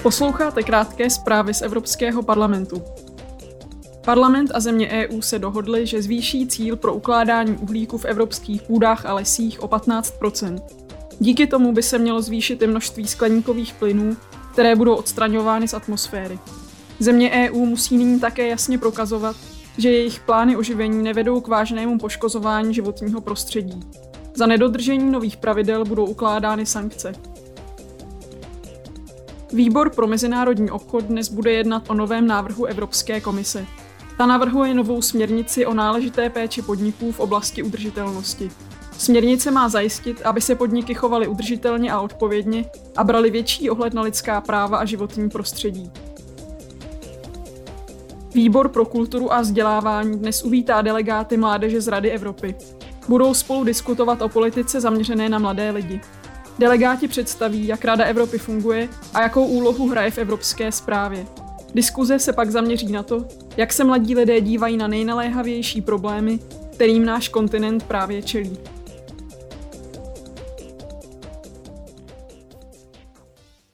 Posloucháte krátké zprávy z Evropského parlamentu. Parlament a země EU se dohodly, že zvýší cíl pro ukládání uhlíku v evropských půdách a lesích o 15%. Díky tomu by se mělo zvýšit i množství skleníkových plynů, které budou odstraňovány z atmosféry. Země EU musí nyní také jasně prokazovat, že jejich plány oživení nevedou k vážnému poškozování životního prostředí. Za nedodržení nových pravidel budou ukládány sankce. Výbor pro mezinárodní obchod dnes bude jednat o novém návrhu Evropské komise. Ta navrhuje novou směrnici o náležité péči podniků v oblasti udržitelnosti. Směrnice má zajistit, aby se podniky chovaly udržitelně a odpovědně a brali větší ohled na lidská práva a životní prostředí. Výbor pro kulturu a vzdělávání dnes uvítá delegáty mládeže z Rady Evropy. Budou spolu diskutovat o politice zaměřené na mladé lidi. Delegáti představí, jak Rada Evropy funguje a jakou úlohu hraje v evropské správě. Diskuze se pak zaměří na to, jak se mladí lidé dívají na nejnaléhavější problémy, kterým náš kontinent právě čelí.